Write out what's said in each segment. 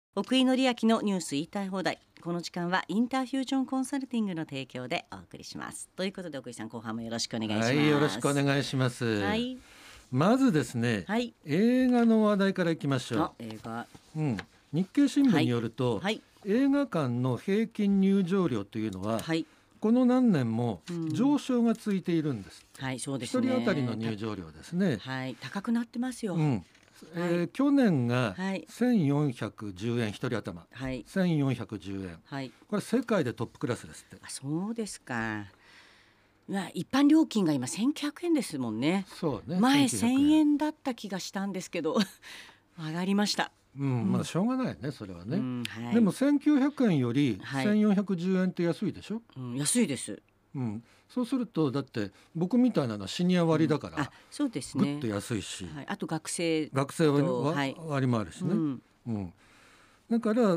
奥井紀明のニュース言いたい放題。この時間はインターフュージョンコンサルティングの提供でお送りします。ということで奥井さん、後半もよろしくお願いします。 はい、よろしくお願いします。 はい、 まずですね、 はい、 映画の話題からいきましょ映画、 う。日経新聞によると、 はい、 映画館の平均入場料というのは、 はい、 この何年も上昇が続いているんです。 はい、そうですね。 一人当たりの入場料ですね。 はい、高くなってますよ。 去年がはい 1410円一人頭、 はい、 1410円、 はい、 これ世界でトップクラスですって。 そうですか。一般料金が今1900円ですもんね。 そうね、 前 1900 1000円だった気がしたんですけど上がりました。 まあしょうがないね、それはね。 はい、 でも1900円よりはい 1410円って安いでしょ。 安いです。 そうするとだって僕みたいなのはシニア割だから、 そうですね。 ぐっと安いし、 あと学生割もあるしね。だから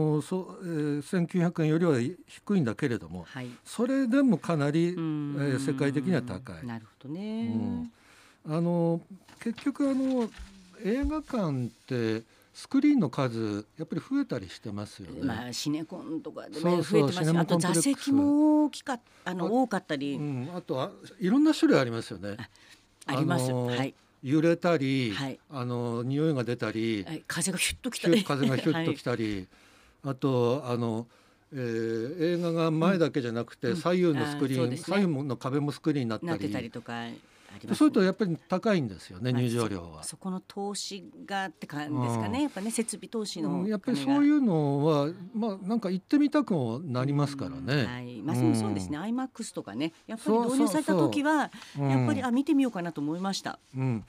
1900円よりは低いんだけれども、それでもかなり、世界的には高い。 なるほどね。 結局映画館ってスクリーンの数やっぱり増えたりしてますよね。 シネコンとかでね、増えてますよ。あと座席も多かったり、 あとはいろんな種類ありますよね。 あります。 揺れたり、匂いが出たり、 風がヒュッときたり、 風がヒュッときたり、あと映画が前だけじゃなくて左右のスクリーン、左右の壁もスクリーンになったりとか。そういうとやっぱり高いんですよね、入場料は。 そこの投資がって感じですかね。やっぱね、設備投資の、 やっぱりそういうのはなんか行ってみたくもなりますからね。 そうですね。IMAX とかね、やっぱり導入された時はやっぱり見てみようかなと思いました。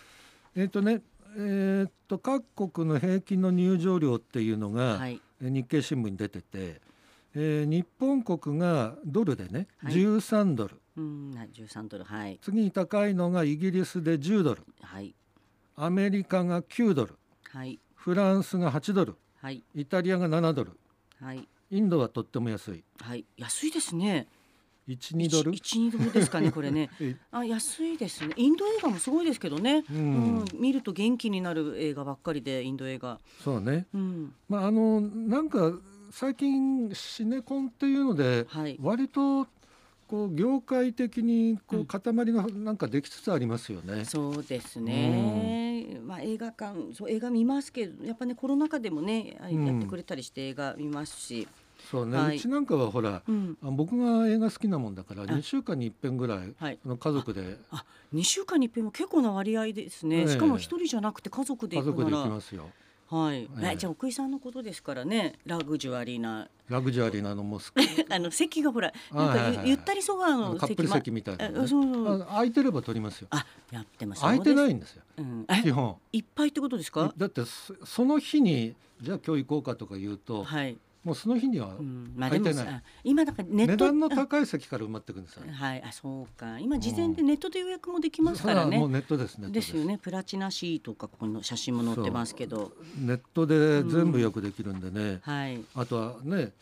各国の平均の入場料っていうのが、日経新聞に出てて、日本国がドルでね、13ドル、 13ドル、 次に高いのがイギリスで10ドル、アメリカが9ドル、フランスが8ドル、イタリアが7ドル、インドはとっても安い、 安いですね。 1、2ドル、 1、2ドルですかね、これね。安いですね。インド映画もすごいですけどね、見ると元気になる映画ばっかりで、インド映画。 そうね、なんか最近シネコンっていうので、割とこう業界的に塊がなんかできつつありますよね。 そうですね。映画館、映画見ますけど、やっぱね、コロナ禍でもね、やってくれたりして映画見ますし。 そうね、うちなんかはほら、僕が映画好きなもんだから2週間に一遍ぐらい、家族で。 2週間に一遍も結構な割合ですね。しかも一人じゃなくて家族で行くなら。 家族で行きますよ。 じゃあ奥井さんのことですからね、ラグジュアリーなのも好き席がほらなんかゆったりソファーのカップル席みたいな、空いてれば取りますよ。 やってます。 空いてないんですよ、基本。 いっぱいってことですか？ だってその日にじゃあ今日行こうかとか言うと、もうその日には空いてない。 今だから値段の高い席から埋まってくるんですよ。 そうか。今事前でネットで予約もできますからね。 もうネットですね。 ですよね。プラチナシートか、ここの写真も載ってますけど、 ネットで全部予約できるんでね。あとはね、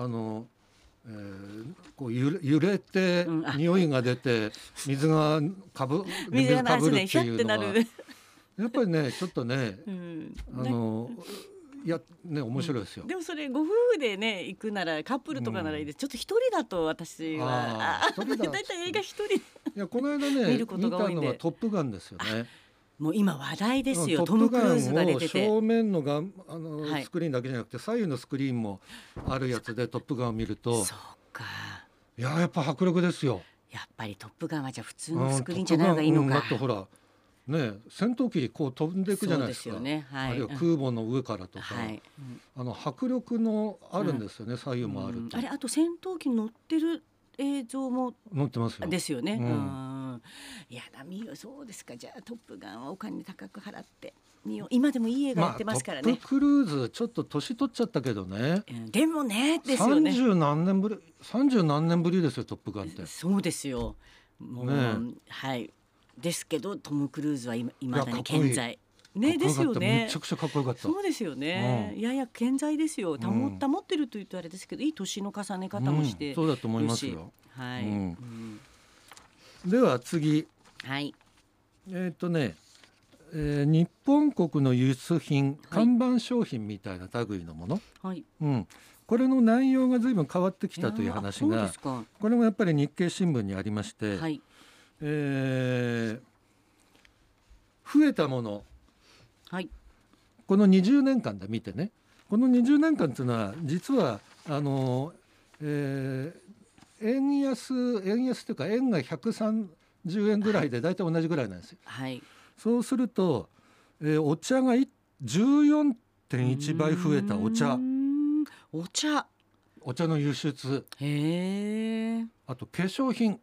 こう揺れて匂いが出て水がかぶるっていうのはやっぱりね、ちょっとね、面白いですよ。 でもそれご夫婦でね行くなら、カップルとかならいいです。ちょっと一人だと私はだいたい映画一人。 この間ね見たのはトップガンですよね。 もう今話題ですよ。トム・クルーズが出てて、 正面のスクリーンだけじゃなくて左右のスクリーンもあるやつでトップガンを見ると、 そうか、 やっぱ迫力ですよ。 やっぱりトップガンはじゃあ普通のスクリーンじゃない方がいいのか。 だってほらね、戦闘機こう飛んでいくじゃないですか。あるいは空母の上からとか、迫力のあるんですよね、左右もあると。 あと戦闘機に乗ってる映像も載ってますよ。 ですよね。そうですか。じゃあトップガンはお金高く払って見よう。今でもいい映画やってますからね。 トップクルーズちょっと年取っちゃったけどね。 でもね、ですよね。 30何年ぶりですよ、トップガンって。 そうですよ。もうですけど、トム・クルーズは今だに健在ね。ですよね。 めちゃくちゃかっこよかった。 そうですよね。いやいや健在ですよ。保ってると言うとあれですけど、いい年の重ね方もして、 そうだと思いますよ。では次、 日本国の輸出品、看板商品みたいな類のもの、 はいこれの内容が随分変わってきたという話が、これもやっぱり日経新聞にありまして、 はい、 増えたもの、 はい、 この20年間で見てね、この20年間というのは実は円安というか円が130円ぐらいで大体同じぐらいなんですよ。 はい、 そうすると、お茶が 14.1 倍増えた。お茶の輸出、あと化粧品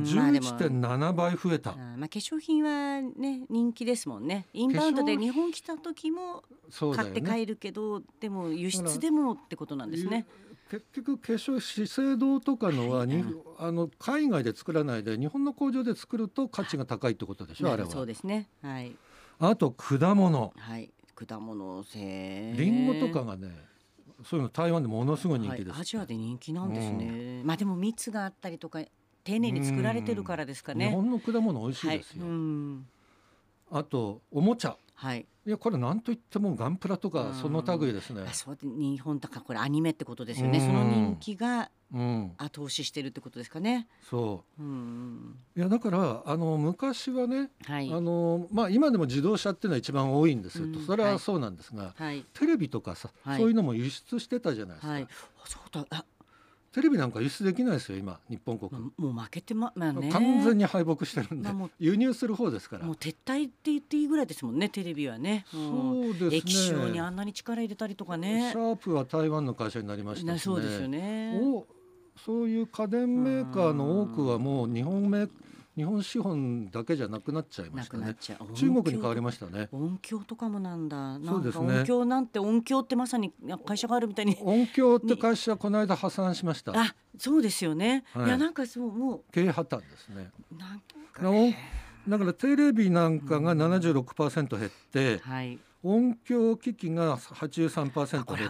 11.7 倍増えた。 化粧品はね人気ですもんね。インバウンドで日本来た時も買って帰るけど、でも輸出でもってことなんですね。 結局化粧資生堂とかのは海外で作らないで日本の工場で作ると価値が高いってことでしょ、あれは。 そうですね、はい、 あと果物、 はい、果物リンゴとかがね、そういうの台湾でものすごい人気です、 アジアで人気なんですね。でも蜜があったりとか丁寧に作られてるからですかね。 日本の果物美味しいですよ、あとおもちゃ、いやこれ何といってもガンプラとかその類ですね。 そうで日本とかこれアニメってことですよね。その人気が後押ししてるってことですかね。 そう、いやだから昔はね、今でも自動車っていうのは一番多いんですよ、それはそうなんですが、テレビとかさ、そういうのも輸出してたじゃないですか。 そうだ、 テレビなんか輸出できないですよ今日本国。 もう負けてね、 完全に敗北してるんで、輸入する方ですから。 もう撤退って言っていいぐらいですもんね、テレビはね。 そうですね、 液晶にあんなに力入れたりとかね。 シャープは台湾の会社になりましたしね。 そうですよね。 そういう家電メーカーの多くはもう日本資本だけじゃなくなっちゃいましたね。中国に変わりましたね。 音響とかもなんだ。 そうですね。 音響ってまさに会社があるみたいに。 音響って会社はこの間破産しました。 そうですよね。いやなんかもう経営破綻ですね。だからテレビなんかが 76% 減って、音響機器が 83% 減って、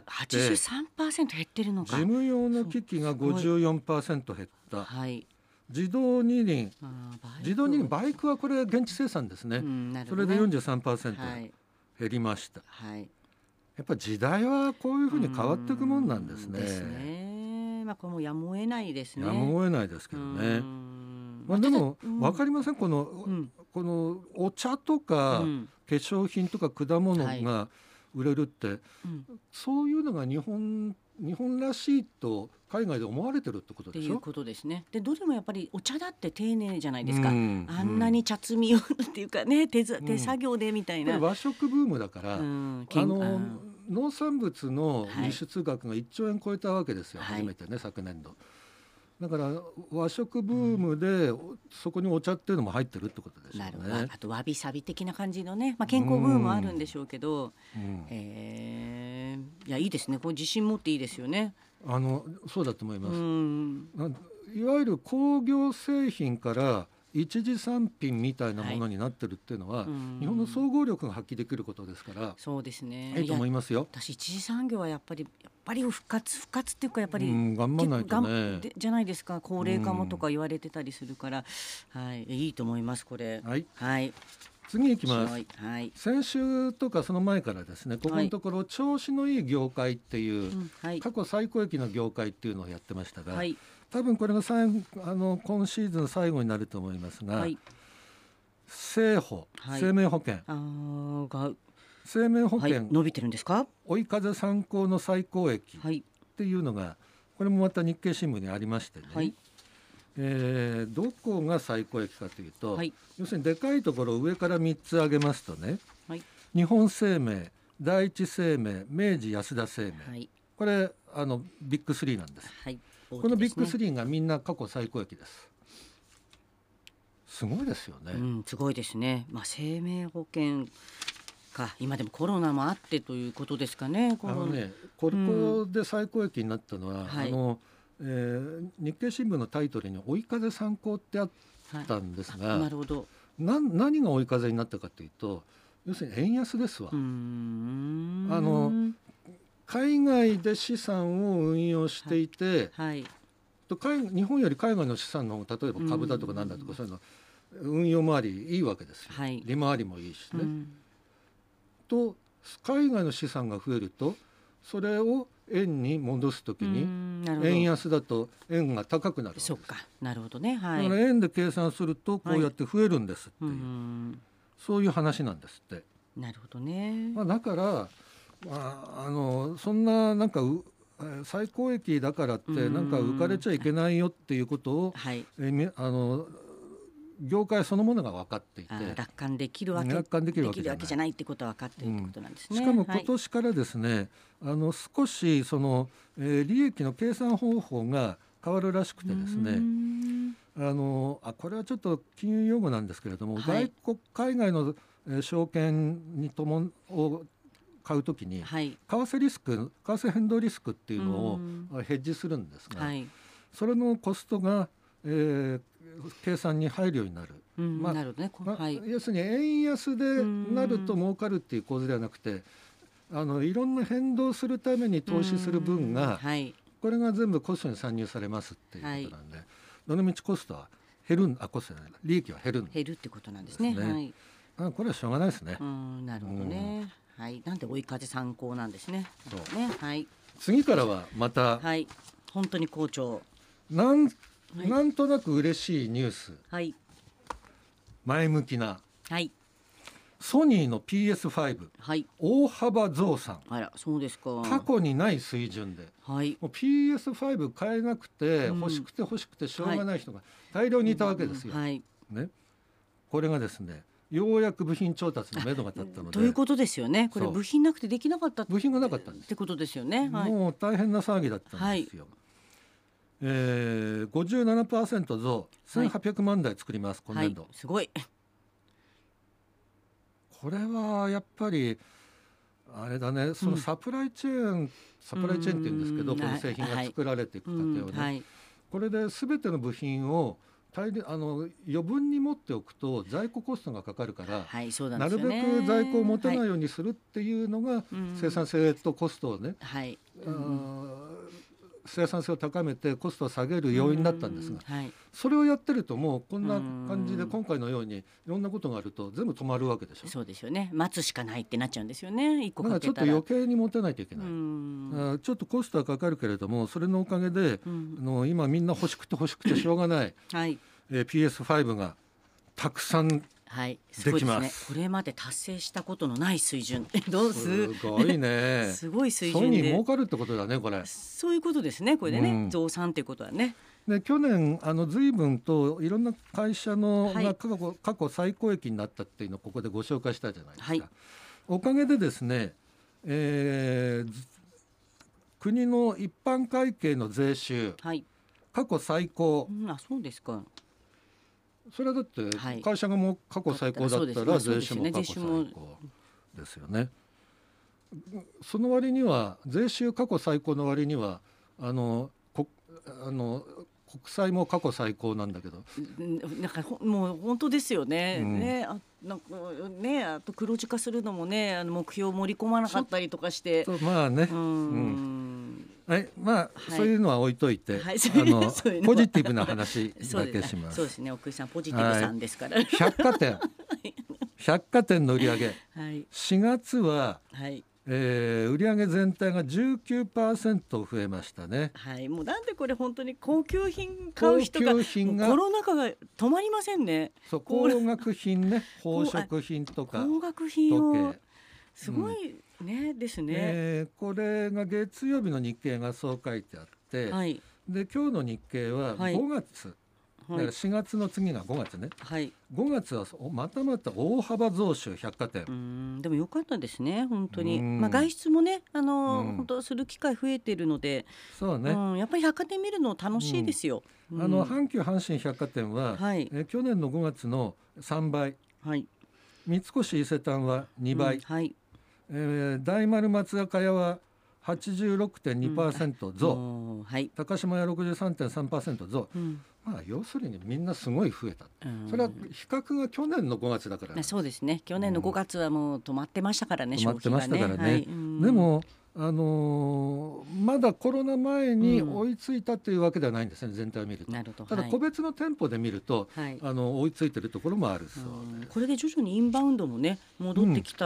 83% 減ってるのか。 事務用の機器が 54% 減った。自動二輪、バイクはこれ現地生産ですね。それで 43% 減りました。やっぱり時代はこういうふうに変わっていくもんなんですね。 これもやむを得ないですね。 やむを得ないですけどね。でも分かりません、このお茶とか化粧品とか果物が売れるって、そういうのが日本らしいと海外で思われてるってことでしょ。 っていうことですね。でどれもやっぱりお茶だって丁寧じゃないですか。あんなに茶摘みをっていうかね、手作業でみたいな。 和食ブームだから、農産物の輸出額が1兆円超えたわけですよ、初めてね、昨年度。だから和食ブームでそこにお茶っていうのも入ってるってことですよね。 あとわびさび的な感じのね、健康ブームもあるんでしょうけど、いやいいですね。これ自信持っていいですよね。 そうだと思います。いわゆる工業製品から一次産品みたいなものになってるっていうのは、日本の総合力が発揮できることですから、 そうですね、 いいと思いますよ。 私一次産業はやっぱり復活っていうか、やっぱり頑張らないとねじゃないですか。高齢化もとか言われてたりするから、いいと思いますこれ。 次いきます。先週とかその前からですね、ここのところ調子のいい業界っていう、過去最高益の業界っていうのをやってましたが、多分これが今シーズン最後になると思いますが、生命保険、生命保険、 伸びてるんですか。 追い風参考の最高益っていうのが、これもまた日経新聞にありましてね、どこが最高益かというと、要するにでかいところを上から3つ挙げますとね、日本生命、第一生命、明治安田生命、これビッグ3なんです。このビッグ3がみんな過去最高益です。すごいですよね。 すごいですね。生命保険か、今でもコロナもあってということですかね。 ここで最高益になったのは、日経新聞のタイトルに追い風参考ってあったんですが、 なるほど。 何が追い風になったかというと、要するに円安ですわ。海外で資産を運用していて、日本より海外の資産の方が、例えば株だとかなんだとか、そういうの運用回りいいわけですよ。利回りもいいしね。 と海外の資産が増えるとそれを円に戻すときに円安だと円が高くなるわけです。 そうか、なるほどね、はい、 だから円で計算するとこうやって増えるんですっていう、そういう話なんですって。 なるほどね。 だから、そんななんか最高益だからってなんか浮かれちゃいけないよっていうことを、はい、業界そのものが分かっていて楽観できるわけじゃないってことは分かっているってことなんですね。 しかも今年からですね、少しその、利益の計算方法が変わるらしくてですね、これはちょっと金融用語なんですけれども、はい、海外の証券を買うときに、はい、為替変動リスクっていうのをヘッジするんですが、はい、それのコストが、計算に入るようになる。なるほどね。要するに円安でなると儲かるっていう構図ではなくて、いろんな変動するために投資する分が、はい、これが全部コストに算入されますっていうことなんで、はい、どのみちコストは減るコストじゃない、利益は減るってことなんですね。 はい、これはしょうがないですね。 なるほどね。はい、なんで追い風参考なんですね。そうね。はい。 次からはまた、 はい、本当に好調。 なんとなく嬉しいニュース、はい、前向きな、はい、ソニーの PS5、はい、大幅増産。 あら、そうですか。 過去にない水準で、はい、もう PS5 買えなくて、欲しくてしょうがない人が大量にいたわけですよ、はいね、これがですね、ようやく部品調達の目処が立ったのでということですよね。これ部品なくてできなかった部品がなかったんですってことですよね、 はい、もう大変な騒ぎだったんですよ、はい、57% 増、1800万台作ります、今年度、はい、 すごい。 これはやっぱりあれだね、そのサプライチェーンっていうんですけど、この製品が作られていく過程をね、はい、これで全ての部品を余分に持っておくと在庫コストがかかるから、はい、そうなんですよね、なるべく在庫を持たないようにするっていうのが、生産性とコストをね、はい、生産性を高めてコストを下げる要因になったんですが、はい、それをやってるともうこんな感じで今回のようにいろんなことがあると全部止まるわけでしょ。 そうですよね。待つしかないってなっちゃうんですよね。1個かけたらだからちょっと余計に持たないといけない。ちょっとコストはかかるけれども、それのおかげで、今みんな欲しくてしょうがない、はい、PS5 がたくさんはい、すごいですね。 これまで達成したことのない水準すごいねすごい水準でソニー儲かるってことだね、これ。 そういうことですね、これでね、増産っていうことはね。 で去年随分といろんな会社の、はい、過去最高益になったっていうのをここでご紹介したじゃないですか、はい、おかげでですね、国の一般会計の税収、はい、過去最高、 あ、そうですか。 それはだって会社がもう過去最高だったら税収も過去最高ですよね。その割には税収過去最高の割には国債も過去最高なんだけど、 なんかもう本当ですよね。なんかね、あと黒字化するのもね、目標を盛り込まなかったりとかして、 まあね、はい、そういうのは置いといて、はい、ポジティブな話だけします。 そうですね、奥井さんポジティブさんですから、 はい、百貨店の売り上げ、はい、4月は、はい、売上全体が 19% 増えましたね。 はい、もうなんでこれ本当に高級品買う人がコロナ禍が止まりませんね。 そう、高額品ね、宝飾品とか高額品をすごいね、ですね。 これが月曜日の日経がそう書いてあって、はい、で今日の日経は5月、だから4月の次が5月ね、はい、5月はまた大幅増収、百貨店。 でも良かったですね、本当に。外出もね、本当する機会増えてるので、 そうね、 やっぱり百貨店見るの楽しいですよ。 阪急阪神百貨店は、はい、去年の5月の3倍、はい、三越伊勢丹は2倍、はい、大丸松坂屋は86.2% 増、はい、高島屋 63.3% 増、要するにみんなすごい増えた。それは比較が去年の5月だから。 そうですね、去年の5月はもう止まってましたからね、 消費がね。止まってましたからね、はい、でもまだコロナ前に追いついたというわけではないんですね、全体を見ると。なるほど。ただ個別の店舗で見ると、はい、追いついてるところもあるそうで、 これで徐々にインバウンドもね戻ってきたらっ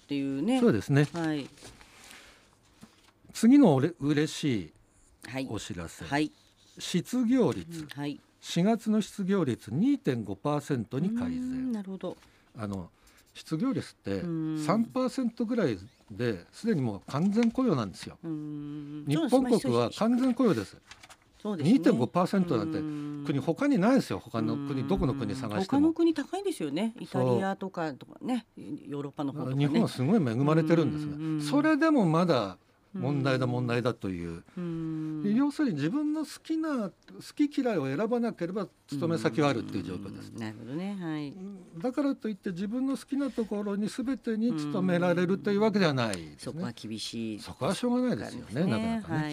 っていうね。 そうですね、 はい、 次の嬉しいお知らせ、 はい、 失業率、 はい、 4月の失業率 2.5% に改善。 なるほど。 失業率って 3% ぐらいですでにもう完全雇用なんですよ。日本国は完全雇用です。 そうですね、 2.5% なんて国他にないですよ。他の国どこの国探しても他の国高いんですよね。イタリアとかね、ヨーロッパの方とかね。 日本はすごい恵まれてるんですが、それでもまだ問題だという、要するに自分の好き嫌いを選ばなければ勤め先はあるっていう状況です。 なるほどね、はい、 だからといって自分の好きなところに全てに勤められるというわけではないですね。 そこは厳しい、 そこはしょうがないですよね、なかなかね、 はい、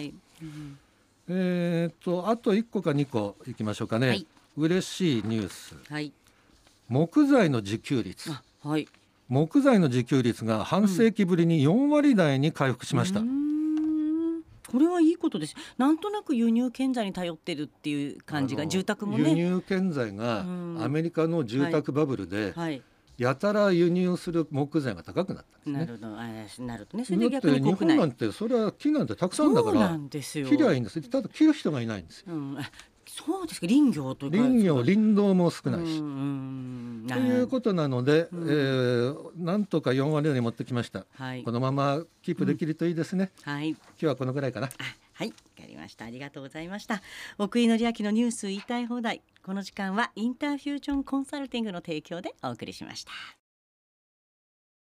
あと1個か2個いきましょうかね、はい、嬉しいニュース、 はい、 木材の自給率、 はい、 木材の自給率が半世紀ぶりに4割台に回復しました。 これはいいことです。なんとなく輸入建材に頼ってるっていう感じが、住宅もね、 輸入建材がアメリカの住宅バブルで、やたら輸入する木材が高くなったんですね。 なるほどね。それで逆に日本なんてそれは木なんてたくさんだから切りゃいいんです。ただ切る人がいないんですよ。 そうですか。林業とか林道も少ないしということなので、なんとか4割台に持ってきました、はい、このままキープできるといいですね、はい、今日はこのぐらいかな。 はい、わかりました。ありがとうございました。奥井紀明のニュース言いたい放題、この時間はインターフュージョンコンサルティングの提供でお送りしました。